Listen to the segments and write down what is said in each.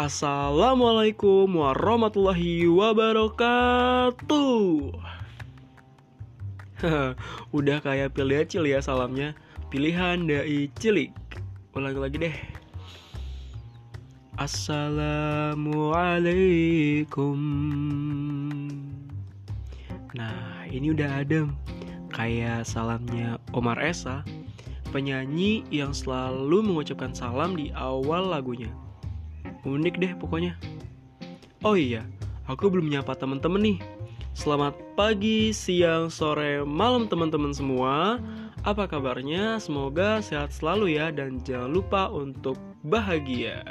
Assalamualaikum warahmatullahi wabarakatuh. Udah kayak pilih acil ya salamnya. Pilihan dai cilik. Ulangi lagi deh. Assalamualaikum. Nah, ini udah adem. Kayak salamnya Omar Esa, penyanyi yang selalu mengucapkan salam di awal lagunya. Unik deh pokoknya. Oh iya, aku belum nyapa temen-temen nih. Selamat pagi, siang, sore, malam teman-teman semua. Apa kabarnya? Semoga sehat selalu ya. Dan jangan lupa untuk bahagia.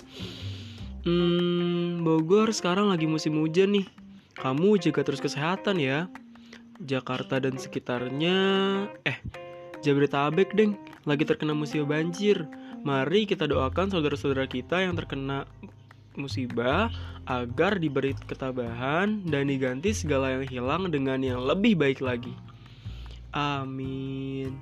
Bogor sekarang lagi musim hujan nih. Kamu jaga terus kesehatan ya. Jakarta dan sekitarnya Jabodetabek deng, lagi terkena musibah banjir. Mari kita doakan saudara-saudara kita yang terkena musibah agar diberi ketabahan dan diganti segala yang hilang dengan yang lebih baik lagi. Amin.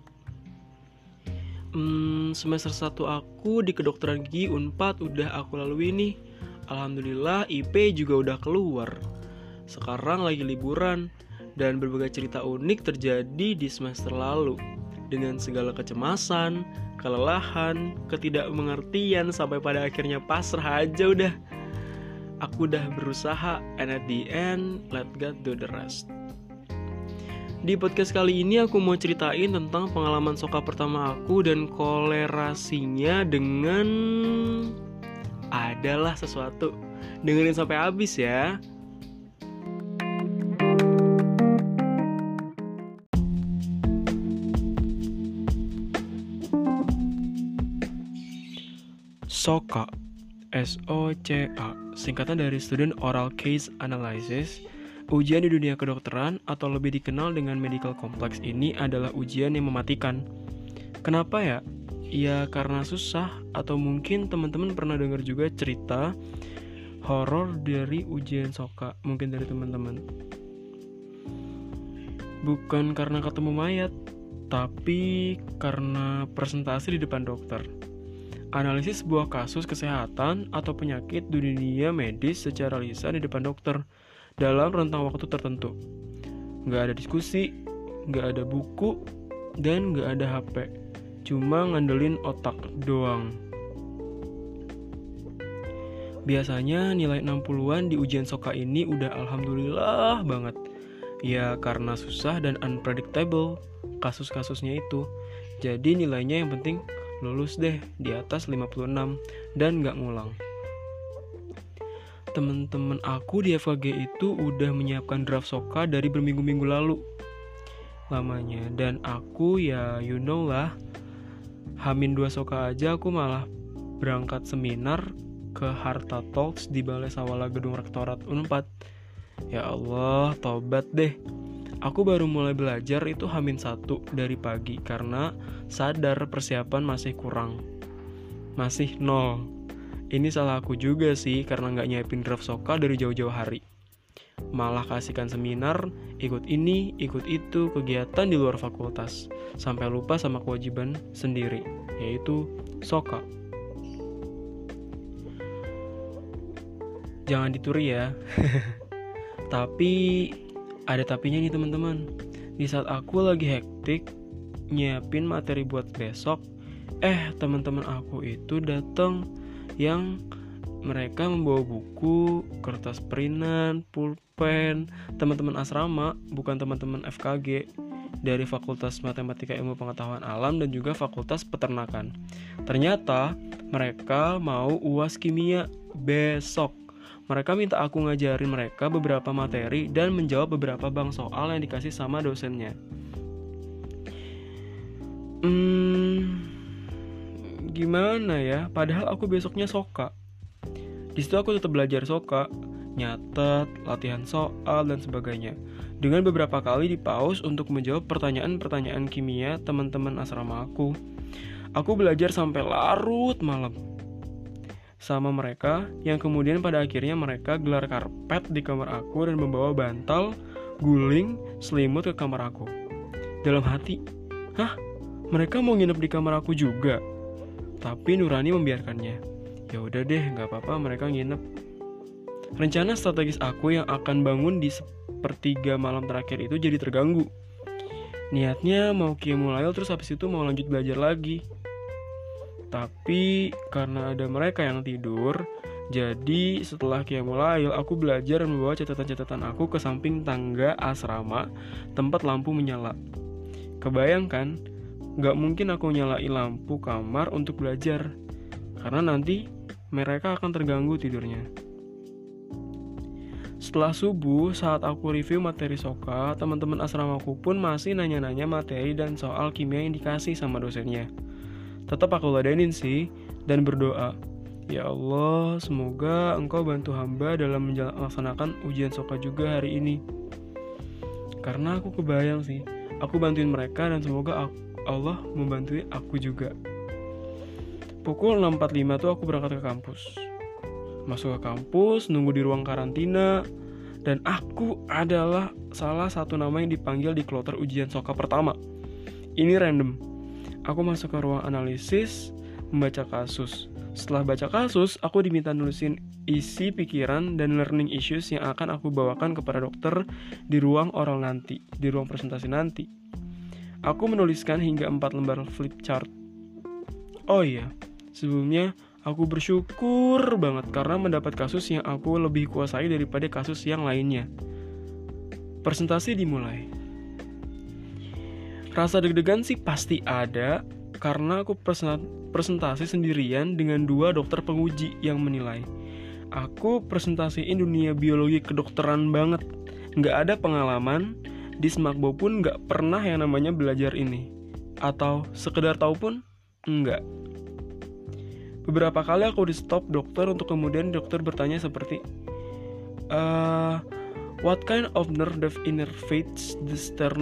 Semester 1 aku di kedokteran gigi Unpad udah aku lalui nih. Alhamdulillah IP juga udah keluar. Sekarang lagi liburan dan berbagai cerita unik terjadi di semester lalu. Dengan segala kecemasan, kelelahan, ketidakmengertian, sampai pada akhirnya pasrah aja udah. Aku udah berusaha, and at the end, let God do the rest. Di podcast kali ini aku mau ceritain tentang pengalaman soka pertama aku dan kolerasinya dengan adalah sesuatu. Dengerin sampai habis ya. SOCA, SOCA, singkatan dari Student Oral Case Analysis. Ujian di dunia kedokteran atau lebih dikenal dengan medical complex ini adalah ujian yang mematikan. Kenapa ya? Ya karena susah, atau mungkin teman-teman pernah dengar juga cerita horor dari ujian SOCA, mungkin dari teman-teman. Bukan karena ketemu mayat, tapi karena presentasi di depan dokter. Analisis sebuah kasus kesehatan atau penyakit di dunia medis secara lisan di depan dokter dalam rentang waktu tertentu. Nggak ada diskusi, nggak ada buku, dan nggak ada HP. Cuma ngandelin otak doang. Biasanya nilai 60-an di ujian SOCA ini udah alhamdulillah banget. Ya karena susah dan unpredictable kasus-kasusnya itu. Jadi nilainya yang penting lulus deh di atas 56 dan gak ngulang. Temen-temen aku di FKG itu udah menyiapkan draft SOCA dari berminggu-minggu lalu lamanya. Dan aku ya you know lah, H-2 SOCA aja aku malah berangkat seminar ke Harta Talks di Balai Sawala Gedung Rektorat Unpad. Ya Allah, tobat deh. Aku baru mulai belajar itu H-1 dari pagi karena sadar persiapan masih kurang. Masih nol. Ini salah aku juga sih karena gak nyiapin draft SOCA dari jauh-jauh hari. Malah kasihkan seminar, ikut ini, ikut itu, kegiatan di luar fakultas. Sampai lupa sama kewajiban sendiri, yaitu SOCA. Jangan dituri ya. Tapi ada tapinya nih teman-teman. Di saat aku lagi hektik nyiapin materi buat besok, teman-teman aku itu datang yang mereka membawa buku, kertas printan, pulpen, teman-teman asrama, bukan teman-teman FKG, dari Fakultas Matematika Ilmu Pengetahuan Alam dan juga Fakultas Peternakan. Ternyata mereka mau UAS kimia besok. Mereka minta aku ngajarin mereka beberapa materi dan menjawab beberapa bank soal yang dikasih sama dosennya. Gimana ya? Padahal aku besoknya SOCA. Di situ aku tetap belajar SOCA, nyatet, latihan soal dan sebagainya. Dengan beberapa kali di pause untuk menjawab pertanyaan-pertanyaan kimia teman-teman asrama aku. Aku belajar sampai larut malam sama mereka, yang kemudian pada akhirnya mereka gelar karpet di kamar aku dan membawa bantal, guling, selimut ke kamar aku. Dalam hati, mereka mau nginep di kamar aku juga? Tapi Nurani membiarkannya. Ya udah deh, nggak apa-apa mereka nginep. Rencana strategis aku yang akan bangun di sepertiga malam terakhir itu jadi terganggu. Niatnya mau qiyamul terus habis itu mau lanjut belajar lagi. Tapi karena ada mereka yang tidur, jadi setelah qiyamul aku belajar membawa catatan-catatan aku ke samping tangga asrama tempat lampu menyala. Kebayangkan, gak mungkin aku nyalain lampu kamar untuk belajar, karena nanti mereka akan terganggu tidurnya. Setelah subuh, saat aku review materi Soka, teman-teman asramaku pun masih nanya-nanya materi dan soal kimia yang dikasih sama dosennya. Tetap aku ladenin sih, dan berdoa, ya Allah, semoga Engkau bantu hamba dalam melaksanakan ujian Soka juga hari ini. Karena aku kebayang sih, aku bantuin mereka dan semoga Allah membantu aku juga. Pukul 6.45 tuh aku berangkat ke kampus. Masuk ke kampus, nunggu di ruang karantina, dan aku adalah salah satu nama yang dipanggil di kloter ujian Soka pertama. Ini random. Aku masuk ke ruang analisis, membaca kasus. Setelah baca kasus, aku diminta nulisin isi pikiran dan learning issues yang akan aku bawakan kepada dokter di ruang oral nanti, di ruang presentasi nanti. Aku menuliskan hingga 4 lembar flip chart. Oh iya, sebelumnya aku bersyukur banget karena mendapat kasus yang aku lebih kuasai daripada kasus yang lainnya. Presentasi dimulai. Rasa deg-degan sih pasti ada karena aku presentasi sendirian dengan 2 dokter penguji yang menilai. Aku presentasiin dunia biologi kedokteran banget. Nggak ada pengalaman, di Semakbo pun nggak pernah yang namanya belajar ini. Atau sekedar tahu pun, enggak. Beberapa kali aku di stop dokter untuk kemudian dokter bertanya seperti what kind of nerve innervates the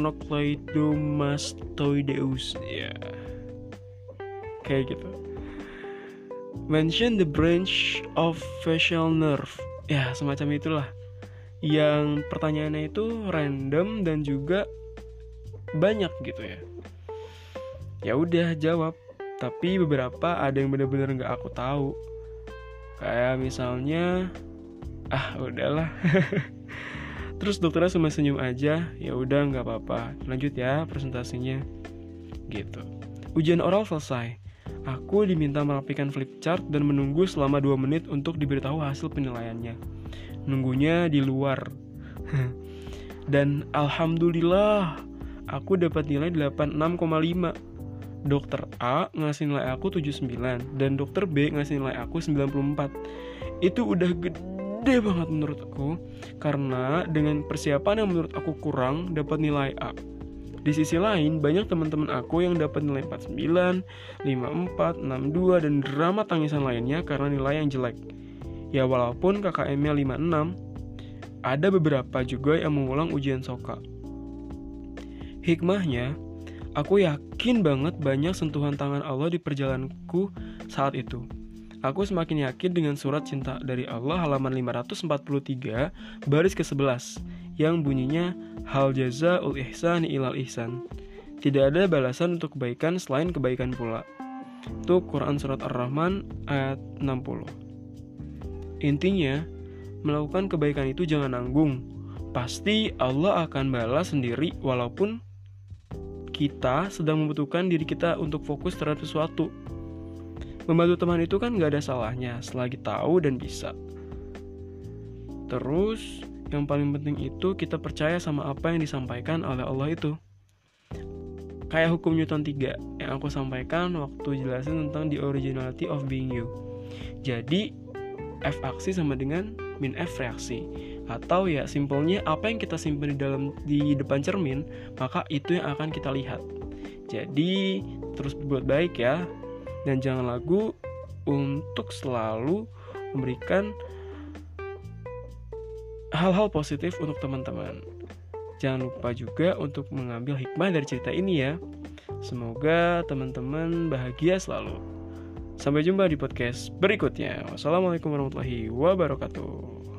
sternocleidomastoideus? Ya, kayak gitu. Mention the branch of facial nerve. Ya, semacam itulah. Yang pertanyaannya itu random dan juga banyak gitu ya. Ya udah jawab. Tapi beberapa ada yang benar-benar nggak aku tahu. Kayak misalnya, udahlah. Terus dokternya cuma senyum aja. Ya udah nggak apa-apa. Lanjut ya presentasinya. Gitu. Ujian oral selesai. Aku diminta merapikan flip chart dan menunggu selama 2 menit untuk diberitahu hasil penilaiannya. Nunggunya di luar. Dan alhamdulillah, aku dapat nilai 86,5. Dokter A ngasih nilai aku 79 dan dokter B ngasih nilai aku 94. Itu udah gede banget menurut aku, karena dengan persiapan yang menurut aku kurang dapat nilai A. Di sisi lain, banyak teman-teman aku yang dapat nilai 49, 54, 62 dan drama tangisan lainnya karena nilai yang jelek. Ya walaupun KKM-nya 56, ada beberapa juga yang mengulang ujian Soka. Hikmahnya, aku yakin banget banyak sentuhan tangan Allah di perjalananku saat itu. Aku semakin yakin dengan surat cinta dari Allah halaman 543 baris ke-11 yang bunyinya hal jazaul ihsan ilal ihsan. Tidak ada balasan untuk kebaikan selain kebaikan pula. Itu Quran surat Ar-Rahman ayat 60. Intinya, melakukan kebaikan itu jangan nanggung. Pasti Allah akan balas sendiri walaupun kita sedang membutuhkan diri kita untuk fokus terhadap sesuatu. Membantu teman itu kan gak ada salahnya selagi tahu dan bisa. Terus, yang paling penting itu kita percaya sama apa yang disampaikan oleh Allah itu. Kayak hukum Newton 3 yang aku sampaikan waktu jelasin tentang the originality of being you. Jadi, F aksi sama dengan min F reaksi. Atau ya simpelnya apa yang kita simpan di depan cermin, maka itu yang akan kita lihat. Jadi terus berbuat baik ya. Dan jangan ragu untuk selalu memberikan hal-hal positif untuk teman-teman. Jangan lupa juga untuk mengambil hikmah dari cerita ini ya. Semoga teman-teman bahagia selalu. Sampai jumpa di podcast berikutnya. Wassalamualaikum warahmatullahi wabarakatuh.